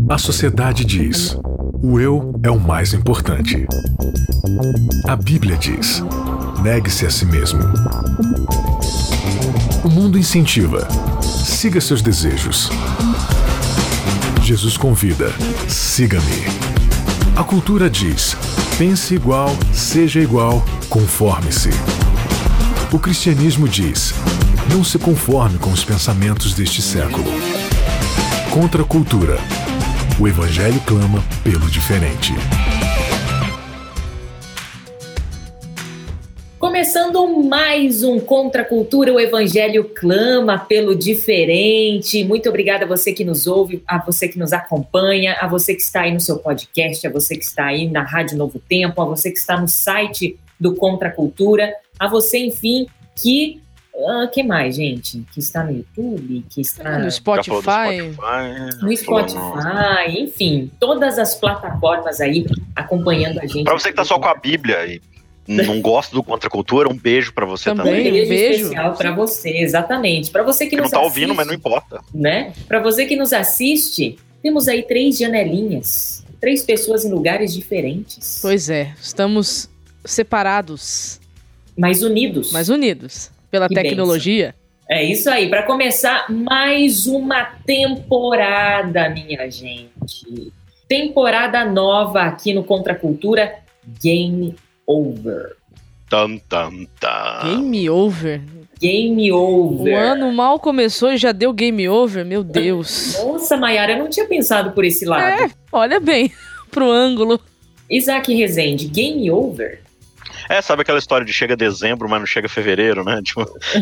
A sociedade diz: o eu é o mais importante. A Bíblia diz: negue-se a si mesmo. O mundo incentiva: siga seus desejos. Jesus convida: siga-me. A cultura diz: pense igual, seja igual, conforme-se. O cristianismo diz: não se conforme com os pensamentos deste século. Contra a cultura, o Evangelho clama pelo diferente. Começando mais um Contra a Cultura, o Evangelho clama pelo diferente. Muito obrigada a você que nos ouve, a você que nos acompanha, a você que está aí no seu podcast, a você que está aí na Rádio Novo Tempo, a você que está no site do Contra a Cultura, a você, enfim, que... que mais, gente? Que está no YouTube, que está no Spotify. No Spotify, enfim, todas as plataformas aí acompanhando a gente. Para você que está só com a Bíblia e não gosta do Contra a Cultura, um beijo para você também. Um beijo especial para você, exatamente. Para você que nos não tá assiste, ouvindo, mas não importa. Né? Para você que nos assiste, temos aí 3 janelinhas, 3 pessoas em lugares diferentes. Pois é, estamos separados. Mas unidos. Pela tecnologia. É isso aí, para começar mais uma temporada, minha gente. Temporada nova aqui no Contra a Cultura, Game Over. Game Over? Game Over. O ano mal começou e já deu Game Over? Meu Deus. Nossa, Mayara, eu não tinha pensado por esse lado. Olha bem pro ângulo. Isaac Rezende, Game Over? Sabe aquela história de chega dezembro, mas não chega fevereiro, né? Tipo...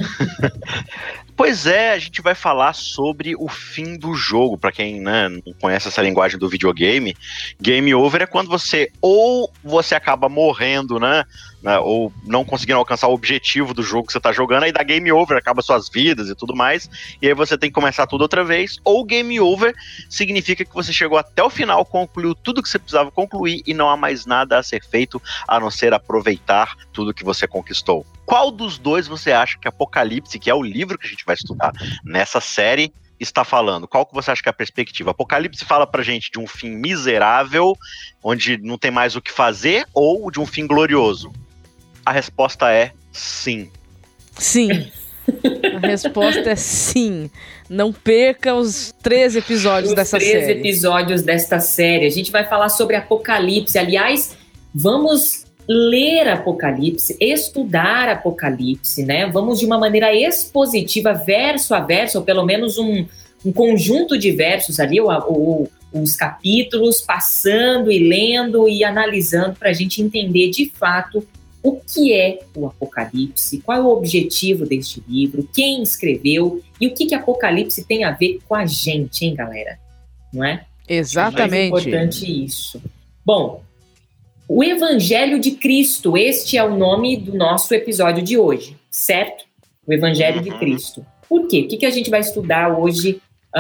Pois é, a gente vai falar sobre o fim do jogo. Pra quem, né, não conhece essa linguagem do videogame, game over é quando você acaba morrendo, né? Ou não conseguindo alcançar o objetivo do jogo que você tá jogando, aí dá game over, acaba suas vidas e tudo mais, e aí você tem que começar tudo outra vez. Ou game over significa que você chegou até o final, concluiu tudo que você precisava concluir e não há mais nada a ser feito a não ser aproveitar tudo que você conquistou. Qual dos dois você acha que Apocalipse, que é o livro que a gente vai estudar nessa série, está falando? Qual que você acha que é a perspectiva? Apocalipse fala pra gente de um fim miserável, onde não tem mais o que fazer, ou de um fim glorioso? A resposta é sim. Sim. A resposta é sim. Não perca os 13 episódios dessa série. Os 13 episódios desta série. A gente vai falar sobre Apocalipse. Aliás, vamos ler Apocalipse, estudar Apocalipse, né? Vamos de uma maneira expositiva, verso a verso, ou pelo menos um conjunto de versos ali, os capítulos, passando e lendo e analisando para a gente entender de fato o que é o Apocalipse, qual é o objetivo deste livro, quem escreveu e o que Apocalipse tem a ver com a gente, hein, galera? Não é? Exatamente. É mais importante isso. Bom, o Evangelho de Cristo, este é o nome do nosso episódio de hoje, certo? O Evangelho de Cristo. Por quê? O que a gente vai estudar hoje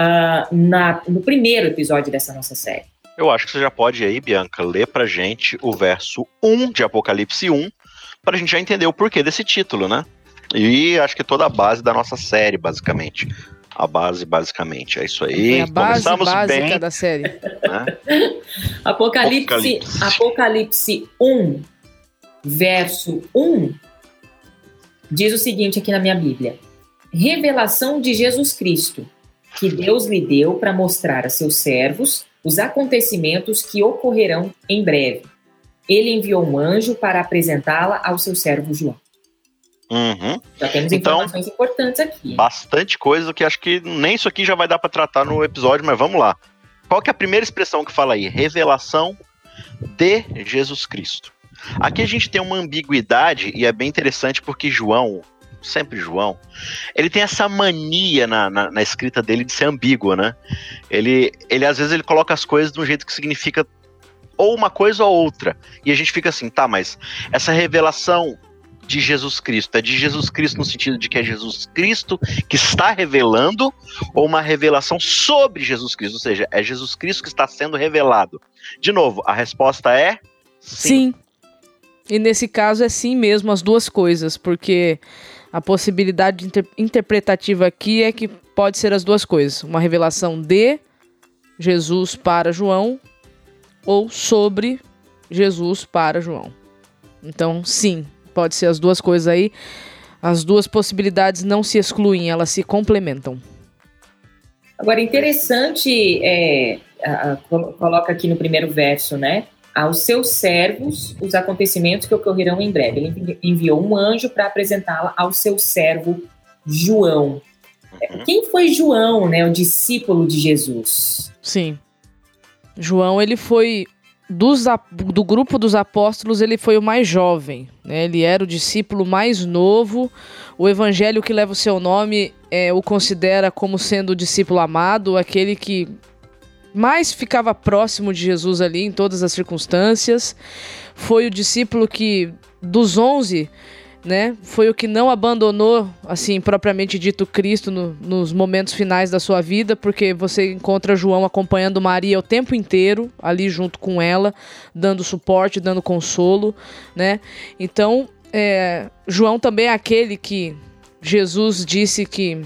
no primeiro episódio dessa nossa série? Eu acho que você já pode aí, Bianca, ler pra gente o verso 1 de Apocalipse 1, pra gente já entender o porquê desse título, né? E acho que toda a base da nossa série, basicamente. A base, basicamente, é isso aí. É a base começamos básica bem, da série. Né? Apocalipse 1, verso 1, diz o seguinte aqui na minha Bíblia. Revelação de Jesus Cristo, que Deus lhe deu para mostrar a seus servos os acontecimentos que ocorrerão em breve. Ele enviou um anjo para apresentá-la ao seu servo João. Já temos informações importantes aqui. Bastante coisa que acho que nem isso aqui já vai dar para tratar no episódio, mas vamos lá. Qual que é a primeira expressão que fala aí? Revelação de Jesus Cristo. Aqui a gente tem uma ambiguidade e é bem interessante porque João, ele tem essa mania na escrita dele de ser ambíguo, né? Ele às vezes ele coloca as coisas de um jeito que significa ou uma coisa ou outra. E a gente fica assim, tá, mas essa revelação de Jesus Cristo é de Jesus Cristo no sentido de que é Jesus Cristo que está revelando, ou uma revelação sobre Jesus Cristo, ou seja, é Jesus Cristo que está sendo revelado? De novo, a resposta é sim. E nesse caso é sim mesmo, as duas coisas, porque a possibilidade interpretativa aqui é que pode ser as duas coisas, uma revelação de Jesus para João ou sobre Jesus para João. Então, sim, pode ser as duas coisas aí. As duas possibilidades não se excluem, elas se complementam. Agora, interessante, coloca aqui no primeiro verso, né? Aos seus servos, os acontecimentos que ocorrerão em breve. Ele enviou um anjo para apresentá-la ao seu servo João. Quem foi João, né? O discípulo de Jesus? Sim. João, ele foi, do grupo dos apóstolos, ele foi o mais jovem, né? Ele era o discípulo mais novo. O evangelho que leva o seu nome o considera como sendo o discípulo amado, aquele que mais ficava próximo de Jesus ali em todas as circunstâncias. Foi o discípulo que, dos 11, né, foi o que não abandonou, assim, propriamente dito, Cristo nos momentos finais da sua vida, porque você encontra João acompanhando Maria o tempo inteiro, ali junto com ela, dando suporte, dando consolo, né? Então, João também é aquele que Jesus disse que,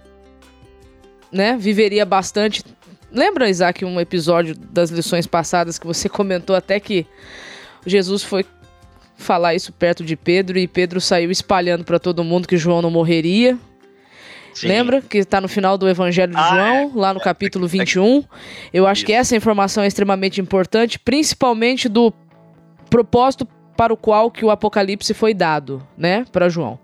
né, viveria bastante. Lembra, Isaac, um episódio das lições passadas que você comentou até que Jesus foi falar isso perto de Pedro e Pedro saiu espalhando para todo mundo que João não morreria? Sim. Lembra? Que está no final do Evangelho de João, lá no capítulo 21. Eu acho que essa informação é extremamente importante, principalmente do propósito para o qual que o Apocalipse foi dado, né, para João.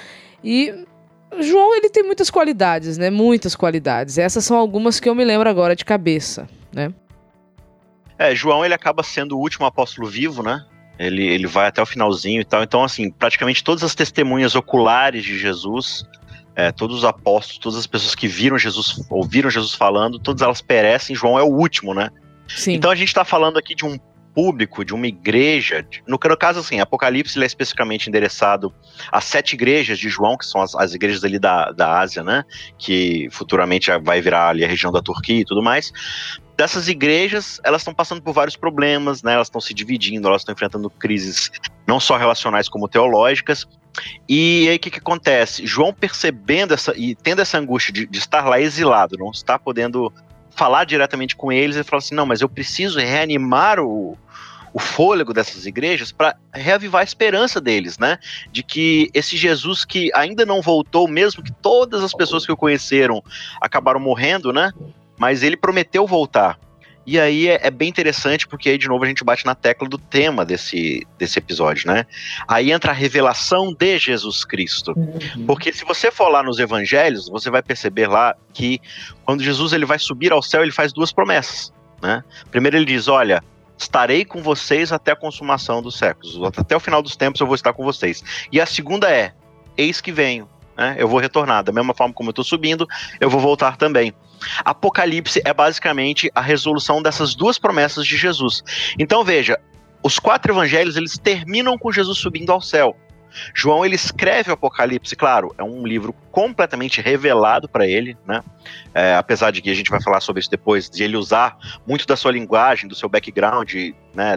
E João, ele tem muitas qualidades, né? Muitas qualidades. Essas são algumas que eu me lembro agora de cabeça, né? João, ele acaba sendo o último apóstolo vivo, né? Ele vai até o finalzinho e tal. Então, assim, praticamente todas as testemunhas oculares de Jesus, todos os apóstolos, todas as pessoas que viram Jesus, ouviram Jesus falando, todas elas perecem. João é o último, né? Sim. Então a gente está falando aqui de um público, de uma igreja. No caso, assim, Apocalipse ele é especificamente endereçado às 7 igrejas de João, que são as igrejas ali da Ásia, né? Que futuramente vai virar ali a região da Turquia e tudo mais. Dessas igrejas, elas estão passando por vários problemas, né? Elas estão se dividindo, elas estão enfrentando crises não só relacionais como teológicas. E aí o que acontece? João, percebendo e tendo essa angústia de estar lá exilado, não estar podendo falar diretamente com eles, ele fala assim, não, mas eu preciso reanimar o fôlego dessas igrejas para reavivar a esperança deles, né? De que esse Jesus que ainda não voltou, mesmo que todas as pessoas que o conheceram acabaram morrendo, né? Mas ele prometeu voltar. E aí é bem interessante, porque aí de novo a gente bate na tecla do tema desse episódio, né? Aí entra a revelação de Jesus Cristo. Porque se você for lá nos evangelhos, você vai perceber lá que quando Jesus ele vai subir ao céu, ele faz 2 promessas, né? Primeiro ele diz, olha, estarei com vocês até a consumação dos séculos. Até o final dos tempos eu vou estar com vocês. E a segunda é, eis que venho, né? Eu vou retornar. Da mesma forma como eu estou subindo, eu vou voltar também. Apocalipse é basicamente a resolução dessas 2 promessas de Jesus. Então veja, os 4 evangelhos eles terminam com Jesus subindo ao céu. João ele escreve o Apocalipse, claro, é um livro completamente revelado para ele, né? Apesar de que a gente vai falar sobre isso depois, de ele usar muito da sua linguagem, do seu background, né?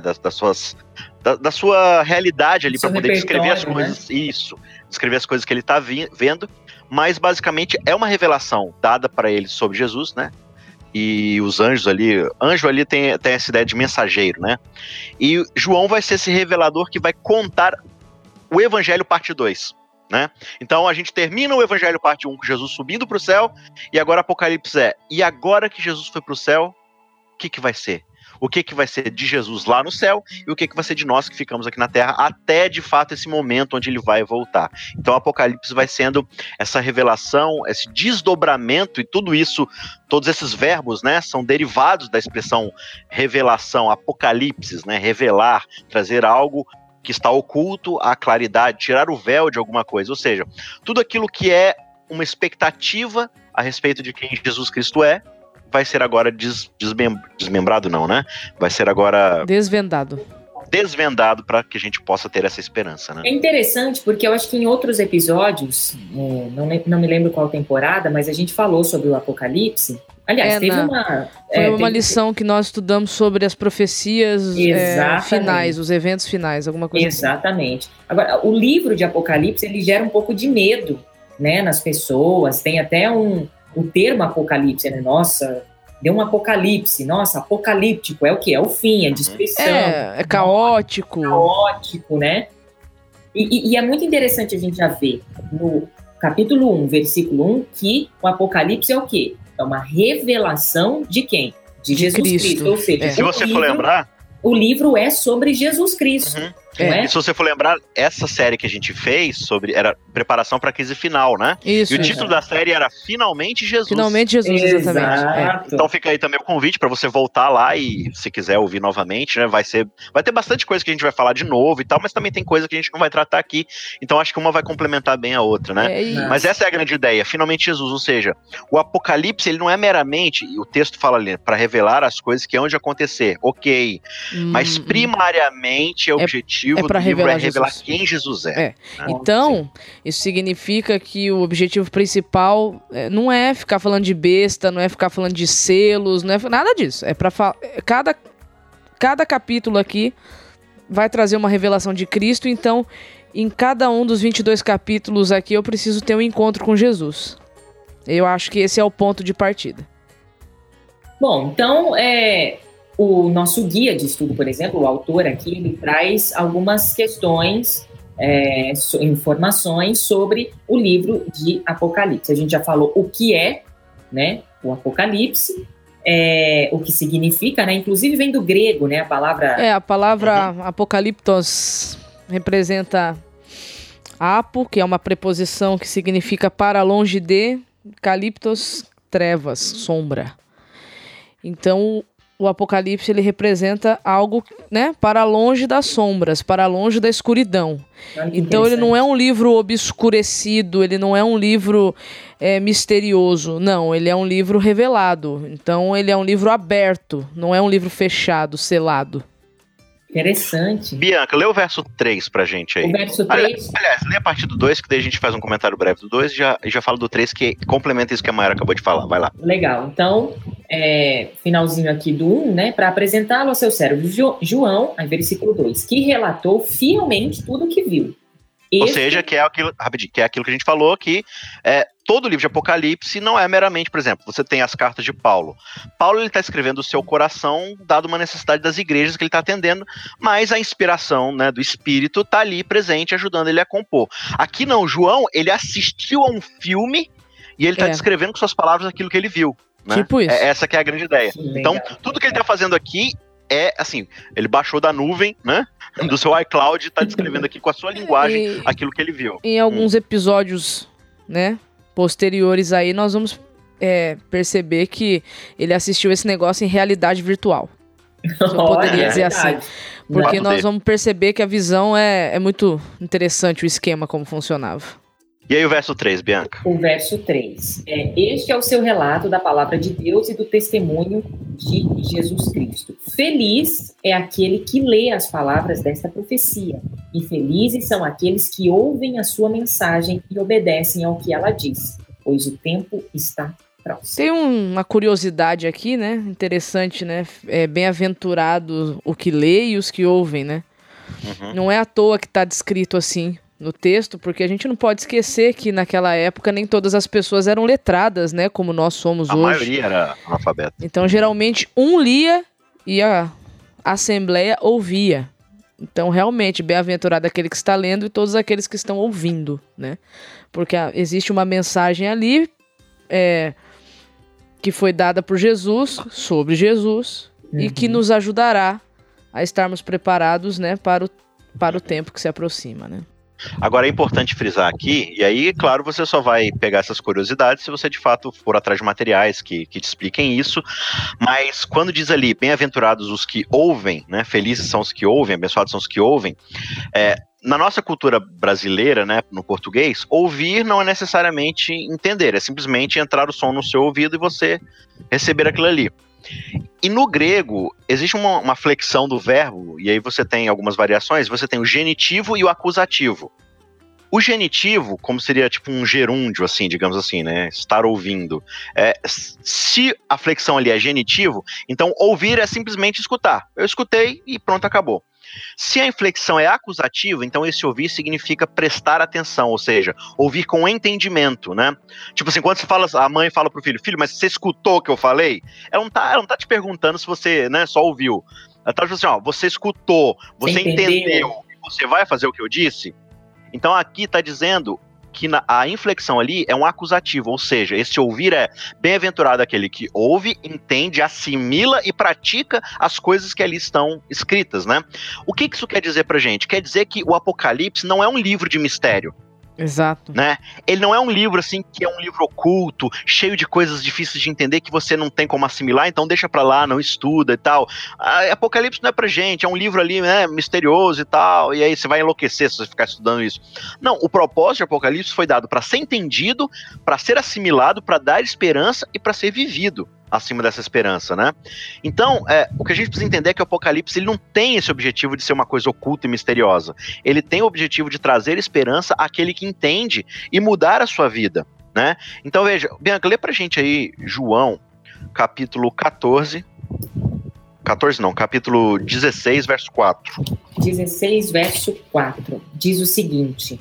Da sua realidade ali para poder descrever as coisas, né? Descrever as coisas que ele está vendo. Mas basicamente é uma revelação dada para ele sobre Jesus, né? E os anjos ali, anjo ali tem essa ideia de mensageiro, né? E João vai ser esse revelador que vai contar o Evangelho parte 2, né? Então a gente termina o Evangelho parte 1 com Jesus subindo para o céu, e agora Apocalipse e agora que Jesus foi para o céu, o que vai ser? O que vai ser de Jesus lá no céu e o que vai ser de nós que ficamos aqui na Terra até, de fato, esse momento onde ele vai voltar. Então, Apocalipse vai sendo essa revelação, esse desdobramento e tudo isso, todos esses verbos, né, são derivados da expressão revelação, apocalipse, né, revelar, trazer algo que está oculto à claridade, tirar o véu de alguma coisa. Ou seja, tudo aquilo que é uma expectativa a respeito de quem Jesus Cristo é, vai ser agora desmembrado não, né? Vai ser agora desvendado para que a gente possa ter essa esperança, né? É interessante porque eu acho que em outros episódios, não me lembro qual temporada, mas a gente falou sobre o Apocalipse. Aliás, foi uma lição que nós estudamos sobre as profecias finais, os eventos finais, alguma coisa Exatamente. Assim. Agora, o livro de Apocalipse, ele gera um pouco de medo, né, nas pessoas. Tem até o termo Apocalipse, né? Nossa, deu um apocalipse. Nossa, apocalíptico é o quê? É o fim, é destruição. É caótico. Caótico, né? E é muito interessante a gente já ver no capítulo 1, versículo 1, que o apocalipse é o quê? É uma revelação de quem? De Jesus Cristo. Ou seja, se você for lembrar, o livro é sobre Jesus Cristo. E se você for lembrar, essa série que a gente fez era preparação para a crise final, né? Isso, e o título da série era Finalmente Jesus. Finalmente Jesus, exatamente. Então fica aí também o convite para você voltar lá e, se quiser ouvir novamente, né? Vai ter bastante coisa que a gente vai falar de novo e tal, mas também tem coisa que a gente não vai tratar aqui. Então acho que uma vai complementar bem a outra, né? Mas essa é a grande ideia, Finalmente Jesus. Ou seja, o Apocalipse, ele não é meramente, e o texto fala ali, para revelar as coisas que hão de acontecer. Ok. Mas primariamente o objetivo para revelar quem Jesus é. Então, isso significa que o objetivo principal não é ficar falando de besta, não é ficar falando de selos, não é nada disso. É para cada capítulo aqui vai trazer uma revelação de Cristo, então em cada um dos 22 capítulos aqui eu preciso ter um encontro com Jesus. Eu acho que esse é o ponto de partida. Bom, então o nosso guia de estudo, por exemplo, o autor aqui, ele traz algumas questões, informações sobre o livro de Apocalipse. A gente já falou o que é, né, o Apocalipse, o que significa, né, inclusive vem do grego, né, a palavra... A palavra apocaliptos representa apo, que é uma preposição que significa para longe de, caliptos, trevas, sombra. Então, o Apocalipse, ele representa algo, né, para longe das sombras, para longe da escuridão. Então ele não é um livro obscurecido, ele não é um livro misterioso, não, ele é um livro revelado. Então ele é um livro aberto, não é um livro fechado, selado. Interessante. Bianca, lê o verso 3 pra gente aí. O verso 3? Aliás, lê a partir do 2, que daí a gente faz um comentário breve do 2 e já fala do 3, que complementa isso que a Mayara acabou de falar. Vai lá. Legal. Então, finalzinho aqui do 1, né, para apresentá-lo ao seu servo João, aí versículo 2, que relatou fielmente tudo o que viu. Ou seja, que é aquilo que a gente falou, que todo o livro de Apocalipse não é meramente, por exemplo, você tem as cartas de Paulo. Paulo está escrevendo o seu coração, dado uma necessidade das igrejas que ele está atendendo, mas a inspiração, né, do Espírito está ali presente, ajudando ele a compor. Aqui não, João, ele assistiu a um filme e ele está descrevendo com suas palavras aquilo que ele viu. Né? Tipo isso. Essa que é a grande ideia. Sim, então, legal. tudo que ele está fazendo aqui assim, ele baixou da nuvem, né, do seu iCloud e está descrevendo aqui com a sua linguagem aquilo que ele viu. Em alguns episódios, né, posteriores aí, nós vamos perceber que ele assistiu esse negócio em realidade virtual. Eu poderia dizer assim. Porque nós vamos perceber que a visão é muito interessante, o esquema, como funcionava. E aí o verso 3, Bianca? O verso 3. Este é o seu relato da palavra de Deus e do testemunho de Jesus Cristo. Feliz é aquele que lê as palavras desta profecia, e felizes são aqueles que ouvem a sua mensagem e obedecem ao que ela diz, pois o tempo está próximo. Tem uma curiosidade aqui, né? Interessante, né? Bem-aventurado o que lê e os que ouvem, né? Não é à toa que está descrito assim no texto, porque a gente não pode esquecer que naquela época nem todas as pessoas eram letradas, né, como nós somos hoje. A maioria era analfabeta. Então, geralmente, um lia e a assembleia ouvia. Então, realmente, bem-aventurado aquele que está lendo e todos aqueles que estão ouvindo, né? Porque existe uma mensagem ali que foi dada por Jesus, sobre Jesus, e que nos ajudará a estarmos preparados, né, para o tempo que se aproxima, né? Agora é importante frisar aqui, e aí, claro, você só vai pegar essas curiosidades se você de fato for atrás de materiais que te expliquem isso, mas quando diz ali, bem-aventurados os que ouvem, né, felizes são os que ouvem, abençoados são os que ouvem, na nossa cultura brasileira, né, no português, ouvir não é necessariamente entender, é simplesmente entrar o som no seu ouvido e você receber aquilo ali. E no grego, existe uma flexão do verbo, e aí você tem algumas variações, você tem o genitivo e o acusativo. O genitivo, como seria tipo um gerúndio, assim, digamos assim, né, estar ouvindo. Se a flexão ali é genitivo, então ouvir é simplesmente escutar. Eu escutei e pronto, acabou. Se a inflexão é acusativa, então esse ouvir significa prestar atenção, ou seja, ouvir com entendimento, né? Tipo assim, quando você fala, a mãe fala pro filho, mas você escutou o que eu falei? Ela não tá te perguntando se você, né, só ouviu. Ela tá dizendo assim, ó, você escutou, você entendeu, você vai fazer o que eu disse? Então aqui tá dizendo que a inflexão ali é um acusativo, ou seja, esse ouvir é bem-aventurado aquele que ouve, entende, assimila e pratica as coisas que ali estão escritas, né? O que isso quer dizer pra gente? Quer dizer que o Apocalipse não é um livro de mistério. Exato. Né? Ele não é um livro assim que é um livro oculto, cheio de coisas difíceis de entender que você não tem como assimilar, então deixa pra lá, não estuda e tal. Apocalipse não é pra gente, é um livro ali, né, misterioso e tal, e aí você vai enlouquecer se você ficar estudando isso. Não, o propósito de Apocalipse foi dado para ser entendido, para ser assimilado, para dar esperança e para ser vivido acima dessa esperança, né? Então, o que a gente precisa entender é que o Apocalipse ele não tem esse objetivo de ser uma coisa oculta e misteriosa. Ele tem o objetivo de trazer esperança àquele que entende e mudar a sua vida, né? Então, veja, Bianca, lê pra gente aí João, capítulo 14... 14 não, capítulo 16, verso 4. 16, verso 4. Diz o seguinte: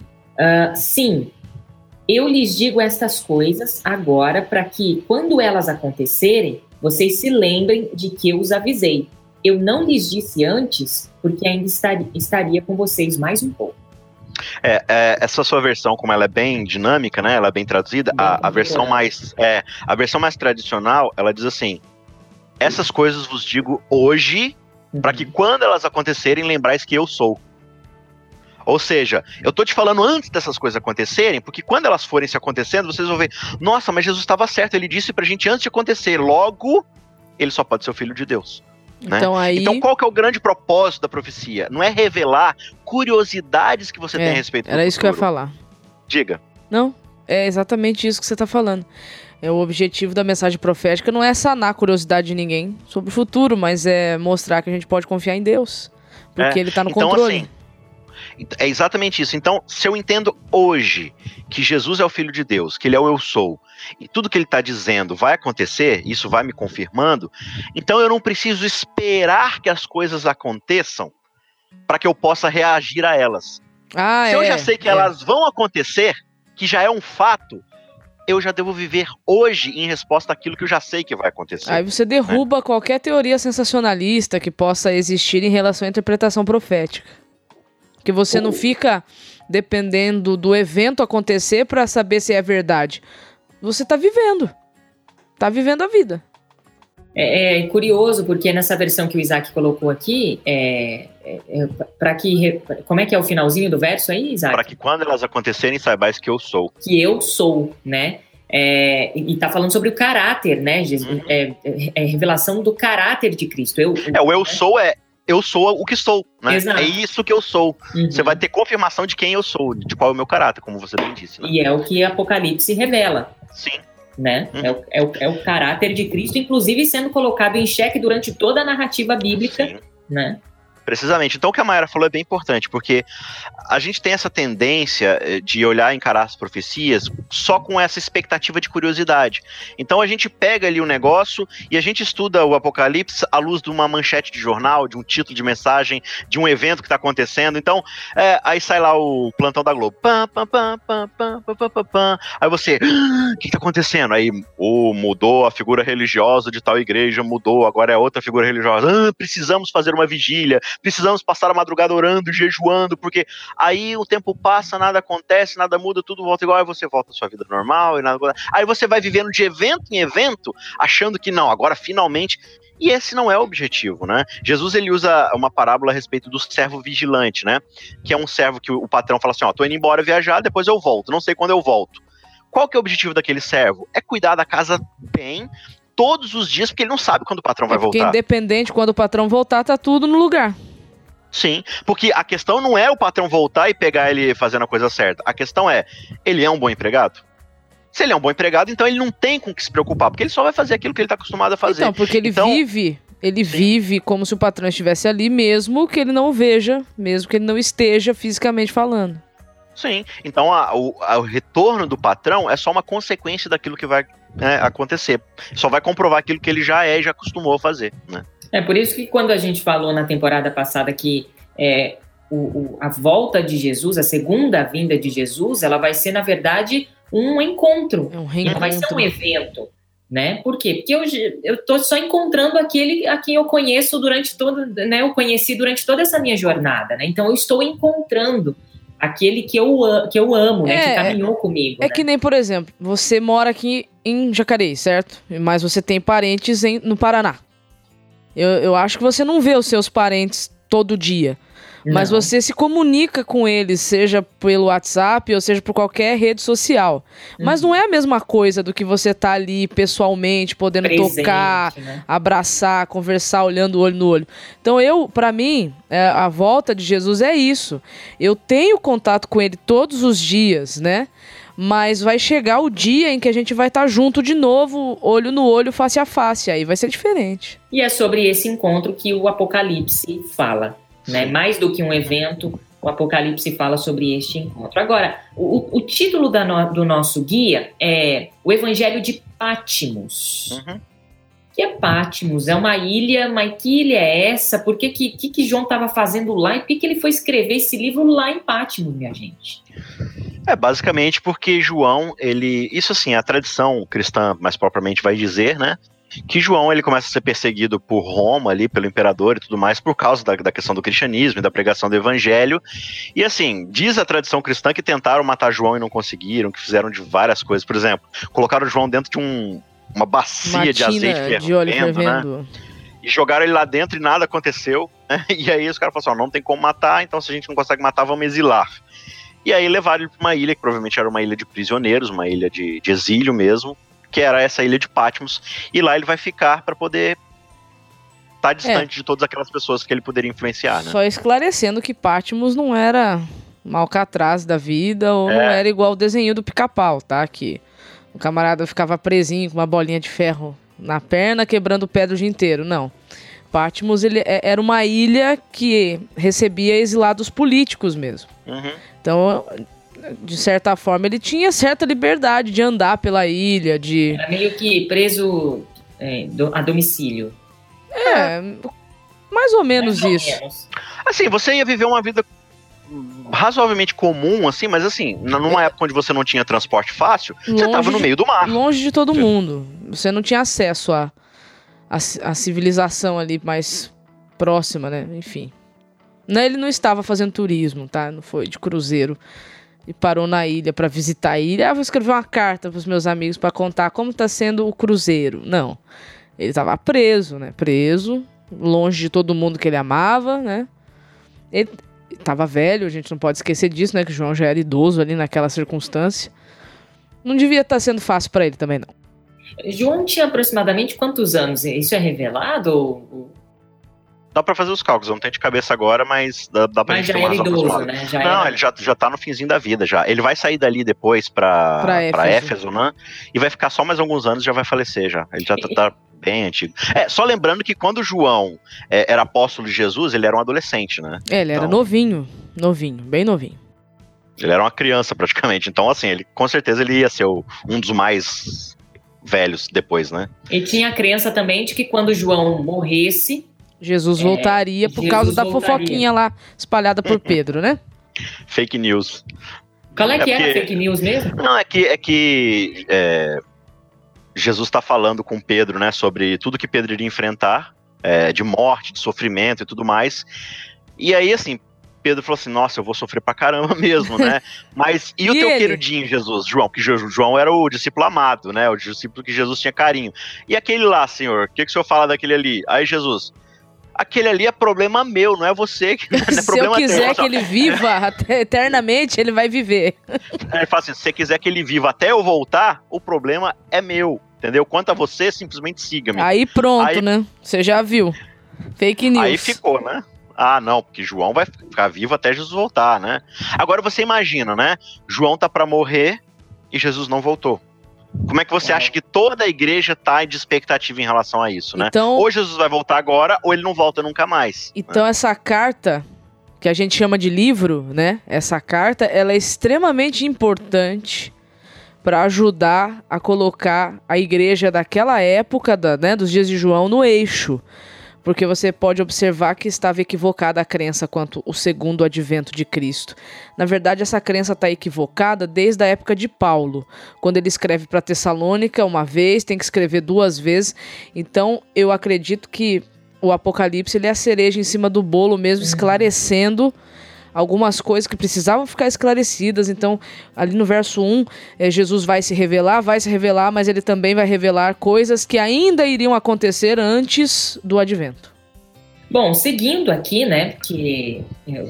sim, eu lhes digo estas coisas agora para que, quando elas acontecerem, vocês se lembrem de que eu os avisei. Eu não lhes disse antes, porque ainda estaria com vocês mais um pouco. Essa sua versão, como ela é bem dinâmica, né? Ela é bem traduzida. A versão mais tradicional, ela diz assim: essas coisas vos digo hoje, para que quando elas acontecerem, lembrais que eu sou. Ou seja, eu tô te falando antes dessas coisas acontecerem, porque quando elas forem se acontecendo, vocês vão ver, nossa, mas Jesus estava certo, ele disse pra gente antes de acontecer, logo, ele só pode ser o Filho de Deus. Né? Então qual que é o grande propósito da profecia? Não é revelar curiosidades que você tem a respeito do futuro. Era isso que eu ia falar. Diga. Não, é exatamente isso que você tá falando. O objetivo da mensagem profética não é sanar a curiosidade de ninguém sobre o futuro, mas é mostrar que a gente pode confiar em Deus, porque ele tá no controle. Assim, é exatamente isso. Então, se eu entendo hoje que Jesus é o Filho de Deus, que ele é o eu sou, e tudo que ele está dizendo vai acontecer, isso vai me confirmando, então eu não preciso esperar que as coisas aconteçam para que eu possa reagir a elas. Se eu já sei que elas vão acontecer, que já é um fato, eu já devo viver hoje em resposta àquilo que eu já sei que vai acontecer. Aí você derruba qualquer teoria sensacionalista que possa existir em relação à interpretação profética. Que você não fica dependendo do evento acontecer para saber se é verdade. Você tá vivendo a vida. É curioso, porque nessa versão que o Isaac colocou aqui, para que... Como é que é o finalzinho do verso aí, Isaac? Para que quando elas acontecerem, saibais que eu sou. Que eu sou, né? E tá falando sobre o caráter, né? Revelação do caráter de Cristo. O eu sou eu sou o que sou, né? Exato. É isso que eu sou. Você vai ter confirmação de quem eu sou, de qual é o meu caráter, como você bem disse. Né? E é o que Apocalipse revela. Sim. Né? É o caráter de Cristo, inclusive sendo colocado em xeque durante toda a narrativa bíblica. Sim. Né? Precisamente. Então o que a Mayara falou é bem importante, porque a gente tem essa tendência de olhar e encarar as profecias só com essa expectativa de curiosidade. Então a gente pega ali o negócio e a gente estuda o Apocalipse à luz de uma manchete de jornal, de um título de mensagem, de um evento que está acontecendo. Então, aí sai lá o plantão da Globo. Pam, pam, pam, pam, pam, pam, pam, pam. Aí você, o que está acontecendo? Aí mudou a figura religiosa de tal igreja, mudou, agora é outra figura religiosa. Precisamos fazer uma vigília, precisamos passar a madrugada orando, jejuando, porque aí o tempo passa, nada acontece, nada muda, tudo volta igual, aí você volta à sua vida normal, e nada. Aí você vai vivendo de evento em evento, achando que não, agora finalmente... E esse não é o objetivo, né? Jesus, ele usa uma parábola a respeito do servo vigilante, né? Que é um servo que o patrão fala assim, tô indo embora viajar, depois eu volto, não sei quando eu volto. Qual que é o objetivo daquele servo? É cuidar da casa bem, todos os dias, porque ele não sabe quando o patrão vai voltar. Porque independente, quando o patrão voltar, tá tudo no lugar. Sim, porque a questão não é o patrão voltar e pegar ele fazendo a coisa certa. A questão é, ele é um bom empregado? Se ele é um bom empregado, então ele não tem com o que se preocupar, porque ele só vai fazer aquilo que ele está acostumado a fazer. Então, porque ele vive como se o patrão estivesse ali, mesmo que ele não o veja, mesmo que ele não esteja fisicamente falando. Sim, então o retorno do patrão é só uma consequência daquilo que vai acontecer. Só vai comprovar aquilo que ele já é e já acostumou a fazer, né? É por isso que quando a gente falou na temporada passada que a volta de Jesus, a segunda vinda de Jesus, ela vai ser, na verdade, um encontro. Um reencontro. Não vai ser um evento, né? Por quê? Porque eu tô só encontrando aquele a quem eu conheço durante todo, né? Eu conheci durante toda essa minha jornada, né? Então eu estou encontrando aquele que eu amo, né? Que caminhou comigo. É, né? Que nem, por exemplo, você mora aqui em Jacareí, certo? Mas você tem parentes no Paraná. Eu acho que você não vê os seus parentes todo dia. Mas você se comunica com eles, seja pelo WhatsApp ou seja por qualquer rede social. Mas não é a mesma coisa do que você tá ali pessoalmente, podendo presente, tocar, né? Abraçar, conversar, olhando o olho no olho. Então pra mim, a volta de Jesus é isso. Eu tenho contato com ele todos os dias, né? Mas vai chegar o dia em que a gente vai estar junto de novo, olho no olho, face a face. Aí vai ser diferente. E é sobre esse encontro que o Apocalipse fala. Né? Mais do que um evento, o Apocalipse fala sobre este encontro. Agora, o título do nosso guia é O Evangelho de Patmos. O que é Patmos? É uma ilha, mas que ilha é essa? Por que João estava fazendo lá? E por que ele foi escrever esse livro lá em Patmos, minha gente? Basicamente porque João, isso assim, a tradição cristã mais propriamente vai dizer, né? Que João ele começa a ser perseguido por Roma ali, pelo imperador e tudo mais, por causa da questão do cristianismo e da pregação do evangelho. E assim, diz a tradição cristã que tentaram matar João e não conseguiram, que fizeram de várias coisas. Por exemplo, colocaram João dentro de uma bacia de azeite fervendo, né? E jogaram ele lá dentro e nada aconteceu, né? E aí os caras falaram assim, não tem como matar, então se a gente não consegue matar, vamos exilar. E aí levaram ele para uma ilha, que provavelmente era uma ilha de prisioneiros, uma ilha de exílio mesmo, que era essa ilha de Patmos, e lá ele vai ficar para poder estar distante de todas aquelas pessoas que ele poderia influenciar, né? Só esclarecendo que Patmos não era Alcatraz da vida, ou não era igual o desenho do Pica-Pau, tá? Que o camarada ficava presinho com uma bolinha de ferro na perna, quebrando pedra o dia inteiro, não. Patmos era uma ilha que recebia exilados políticos mesmo. Então, de certa forma, ele tinha certa liberdade de andar pela ilha, Era meio que preso a domicílio. Mais ou menos isso. Assim, você ia viver uma vida razoavelmente comum, assim, mas assim, numa época onde você não tinha transporte fácil, você estava no meio do mar. Longe de todo mundo. Você não tinha acesso à civilização ali mais próxima, né? Enfim. Ele não estava fazendo turismo, tá? Não foi de cruzeiro. E parou na ilha para visitar a ilha. Vou escrever uma carta para os meus amigos para contar como está sendo o cruzeiro. Não. Ele estava preso, né? Preso, longe de todo mundo que ele amava, né? Ele estava velho, a gente não pode esquecer disso, né? Que o João já era idoso ali naquela circunstância. Não devia estar sendo fácil para ele também, não. João tinha aproximadamente quantos anos? Isso é revelado? Dá pra fazer os cálculos, eu não tenho de cabeça agora, mas dá pra gente ter uma razão aproximada. Né? Ele já tá no finzinho da vida, já. Ele vai sair dali depois pra Éfeso, né? E vai ficar só mais alguns anos e já vai falecer, já. Ele já tá bem antigo. Só lembrando que quando João era apóstolo de Jesus, ele era um adolescente, né? Ele era novinho, bem novinho. Ele era uma criança, praticamente. Então, assim, com certeza ele ia ser um dos mais velhos depois, né? E tinha a crença também de que quando João morresse, Jesus voltaria por causa da fofoquinha lá espalhada por Pedro, né? Fake news. Qual que era a fake news mesmo? Não, é que Jesus está falando com Pedro, né, sobre tudo que Pedro iria enfrentar, de morte, de sofrimento e tudo mais. E aí, assim, Pedro falou assim, nossa, eu vou sofrer pra caramba mesmo, né? Mas e o teu queridinho, Jesus? João, que João era o discípulo amado, né? O discípulo que Jesus tinha carinho. E aquele lá, Senhor, o que o Senhor fala daquele ali? Aí Jesus... Aquele ali é problema meu, não é você. Que não é problema se eu quiser que ele viva eternamente, ele vai viver. Ele fala assim, se você quiser que ele viva até eu voltar, o problema é meu, entendeu? Quanto a você, simplesmente siga-me. Aí pronto, né? Você já viu. Fake news. Aí ficou, né? Ah, não, porque João vai ficar vivo até Jesus voltar, né? Agora você imagina, né? João tá pra morrer e Jesus não voltou. Como é que você acha que toda a igreja tá de expectativa em relação a isso, né? Então, ou Jesus vai voltar agora, ou ele não volta nunca mais. Então essa carta, que a gente chama de livro, né? Essa carta, ela é extremamente importante para ajudar a colocar a igreja daquela época, dos dias de João, no eixo. porque você pode observar que estava equivocada a crença quanto ao segundo advento de Cristo. Na verdade, essa crença está equivocada desde a época de Paulo, quando ele escreve para Tessalônica uma vez, tem que escrever 2 vezes. Então, eu acredito que o Apocalipse ele é a cereja em cima do bolo mesmo, esclarecendo algumas coisas que precisavam ficar esclarecidas. Então, ali no verso 1, Jesus vai se revelar, mas ele também vai revelar coisas que ainda iriam acontecer antes do advento. Bom, seguindo aqui, né, que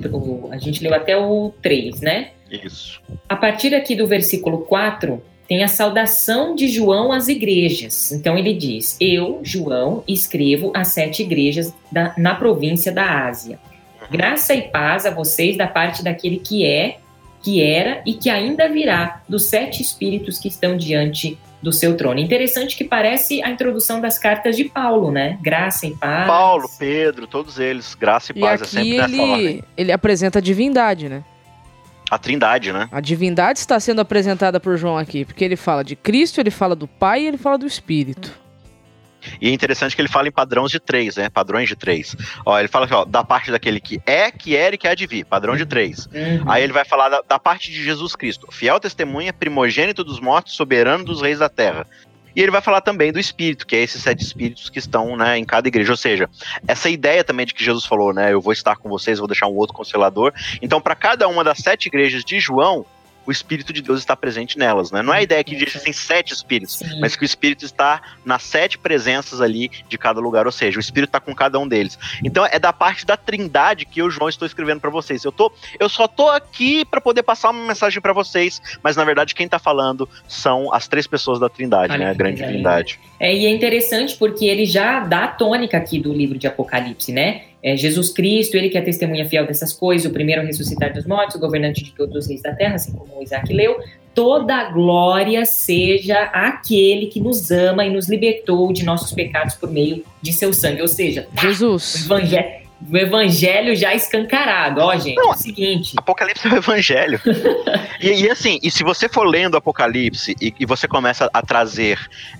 a gente leu até o 3, né? Isso. A partir aqui do versículo 4, tem a saudação de João às igrejas. Então ele diz: eu, João, escrevo às 7 igrejas na província da Ásia. Graça e paz a vocês da parte daquele que é, que era e que ainda virá, dos 7 espíritos que estão diante do seu trono. Interessante que parece a introdução das cartas de Paulo, né? Graça e paz. Paulo, Pedro, todos eles, graça e paz. E aqui ele apresenta a divindade, né? A trindade, né? A divindade está sendo apresentada por João aqui, porque ele fala de Cristo, ele fala do Pai e ele fala do Espírito. E é interessante que ele fala em padrões de 3, né? Padrões de 3. Ó, ele fala aqui, ó, da parte daquele que é, que era e que há de vir. Padrão de 3. Aí ele vai falar da parte de Jesus Cristo. Fiel testemunha, primogênito dos mortos, soberano dos reis da terra. E ele vai falar também do Espírito, que é esses 7 Espíritos que estão, né, em cada igreja. Ou seja, essa ideia também de que Jesus falou, né? Eu vou estar com vocês, vou deixar um outro Consolador. Então, para cada uma das 7 igrejas de João, o Espírito de Deus está presente nelas, né? Não é a ideia que existem 7 Espíritos, sim, mas que o Espírito está nas 7 presenças ali de cada lugar, ou seja, o Espírito está com cada um deles. Então é da parte da trindade que eu, João, estou escrevendo para vocês. Eu só tô aqui para poder passar uma mensagem para vocês, mas na verdade quem está falando são as 3 pessoas da trindade, né? A grande trindade. E é interessante porque ele já dá a tônica aqui do livro de Apocalipse, né? Jesus Cristo, ele que é testemunha fiel dessas coisas, o primeiro a ressuscitar dos mortos, o governante de todos os reis da terra, assim como o Isaac leu. Toda a glória seja àquele que nos ama e nos libertou de nossos pecados por meio de seu sangue. Ou seja, Jesus. O evangelho já escancarado. Ó, gente, não, é o seguinte. Apocalipse é o evangelho. e assim, e se você for lendo Apocalipse e você começa a trazer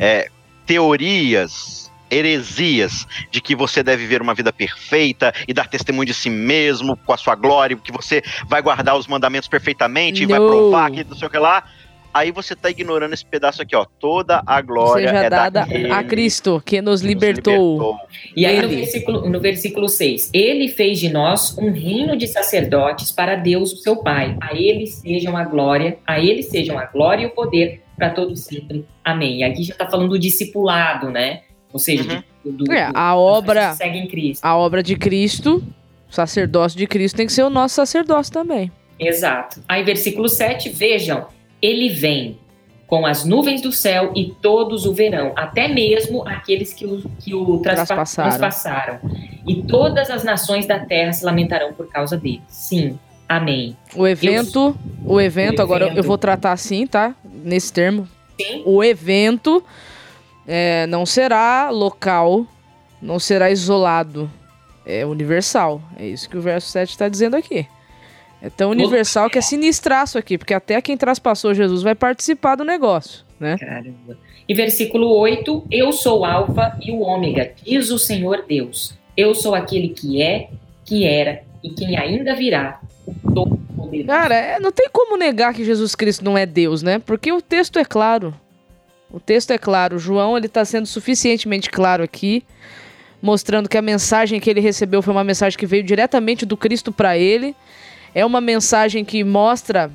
teorias, heresias de que você deve viver uma vida perfeita e dar testemunho de si mesmo com a sua glória, que você vai guardar os mandamentos perfeitamente e vai provar que não sei o que lá, aí você está ignorando esse pedaço aqui, ó. Toda a glória seja é dada daquele a Cristo, que nos libertou. E aí no versículo 6, ele fez de nós um reino de sacerdotes para Deus, o seu Pai. A ele sejam a glória e o poder para todos sempre. Amém. E aqui já está falando do discipulado, né? Ou seja, a obra segue em Cristo. A obra de Cristo, o sacerdócio de Cristo tem que ser o nosso sacerdócio também. Exato. Aí versículo 7, vejam, ele vem com as nuvens do céu e todos o verão, até mesmo aqueles que o traspassaram. E todas as nações da terra se lamentarão por causa dele. Sim, amém. O evento, agora eu vou tratar assim, tá? Nesse termo. Sim. O evento não será local, não será isolado, é universal. É isso que o verso 7 está dizendo aqui. É tão universal que é sinistraço aqui, porque até quem traspassou Jesus vai participar do negócio, né? Caramba. E versículo 8, eu sou o Alfa e o Ômega, diz o Senhor Deus. Eu sou aquele que é, que era e quem ainda virá, o Todo-Poderoso. Cara, não tem como negar que Jesus Cristo não é Deus, né? Porque o texto é claro. O texto é claro, João ele está sendo suficientemente claro aqui, mostrando que a mensagem que ele recebeu foi uma mensagem que veio diretamente do Cristo para ele. É uma mensagem que mostra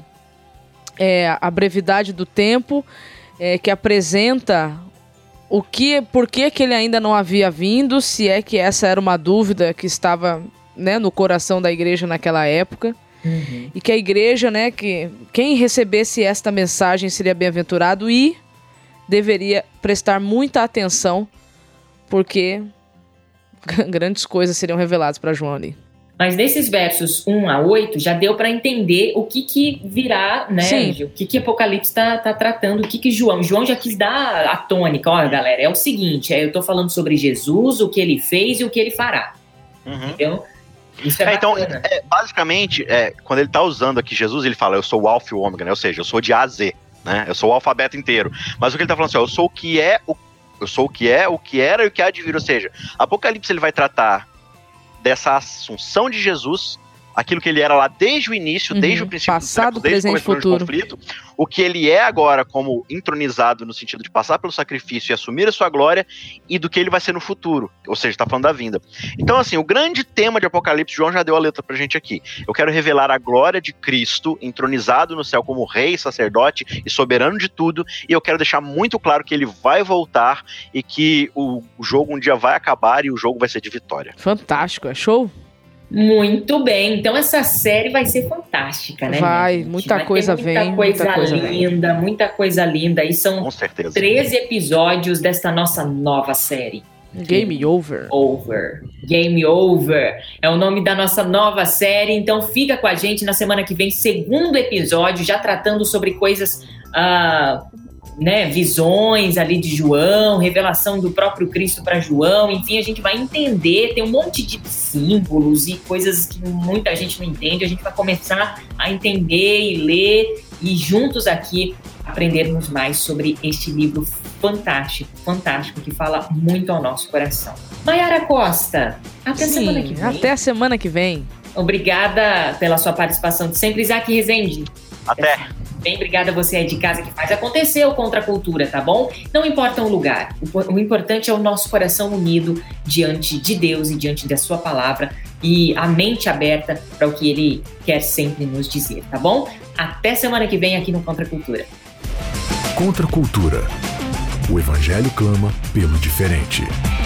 a brevidade do tempo, que apresenta por que ele ainda não havia vindo, se é que essa era uma dúvida que estava, né, no coração da igreja naquela época. Uhum. E que a igreja, né, que quem recebesse esta mensagem seria bem-aventurado e deveria prestar muita atenção, porque grandes coisas seriam reveladas para João ali. Mas nesses versos 1 a 8 já deu para entender o que virá, né? Sim. O que Apocalipse está tratando, o que João já quis dar a tônica. Olha, galera, é o seguinte, eu estou falando sobre Jesus, o que ele fez e o que ele fará. Uhum. Entendeu? Isso então, basicamente, quando ele está usando aqui Jesus, ele fala, eu sou o Alfa e o Ômega, né? Ou seja, eu sou de A a Z, né? Eu sou o alfabeto inteiro. Mas o que ele está falando assim, eu sou o que é, Eu sou o que é, o que era e o que há de vir. Ou seja, Apocalipse ele vai tratar dessa assunção de Jesus, aquilo que ele era lá desde o início, desde o princípio passado, do século, desde o presente, começo do futuro. conflito, o que ele é agora como entronizado no sentido de passar pelo sacrifício e assumir a sua glória, e do que ele vai ser no futuro, ou seja, está falando da vinda. Então, assim, o grande tema de Apocalipse, João já deu a letra pra gente aqui. Eu quero revelar a glória de Cristo, entronizado no céu como rei, sacerdote e soberano de tudo, e eu quero deixar muito claro que ele vai voltar e que o jogo um dia vai acabar e o jogo vai ser de vitória. Fantástico, é show? Muito bem, então essa série vai ser fantástica, né? Vai, muita coisa vem. Muita coisa linda. E são Com certeza. 13 episódios desta nossa nova série. Game Over. Game Over. É o nome da nossa nova série. Então fica com a gente na semana que vem, segundo episódio, já tratando sobre coisas... visões ali de João, revelação do próprio Cristo para João, enfim, a gente vai entender, tem um monte de símbolos e coisas que muita gente não entende, a gente vai começar a entender e ler e juntos aqui aprendermos mais sobre este livro fantástico, que fala muito ao nosso coração. Mayara Costa, até semana que vem. Até a semana que vem. Obrigada pela sua participação de sempre, Isaac Rezende. Até. Bem, obrigada a você aí de casa que faz acontecer o Contra a Cultura, tá bom? Não importa o lugar, o importante é o nosso coração unido diante de Deus e diante da sua palavra e a mente aberta para o que Ele quer sempre nos dizer, tá bom? Até semana que vem aqui no Contra a Cultura. Contra a Cultura. O Evangelho clama pelo diferente.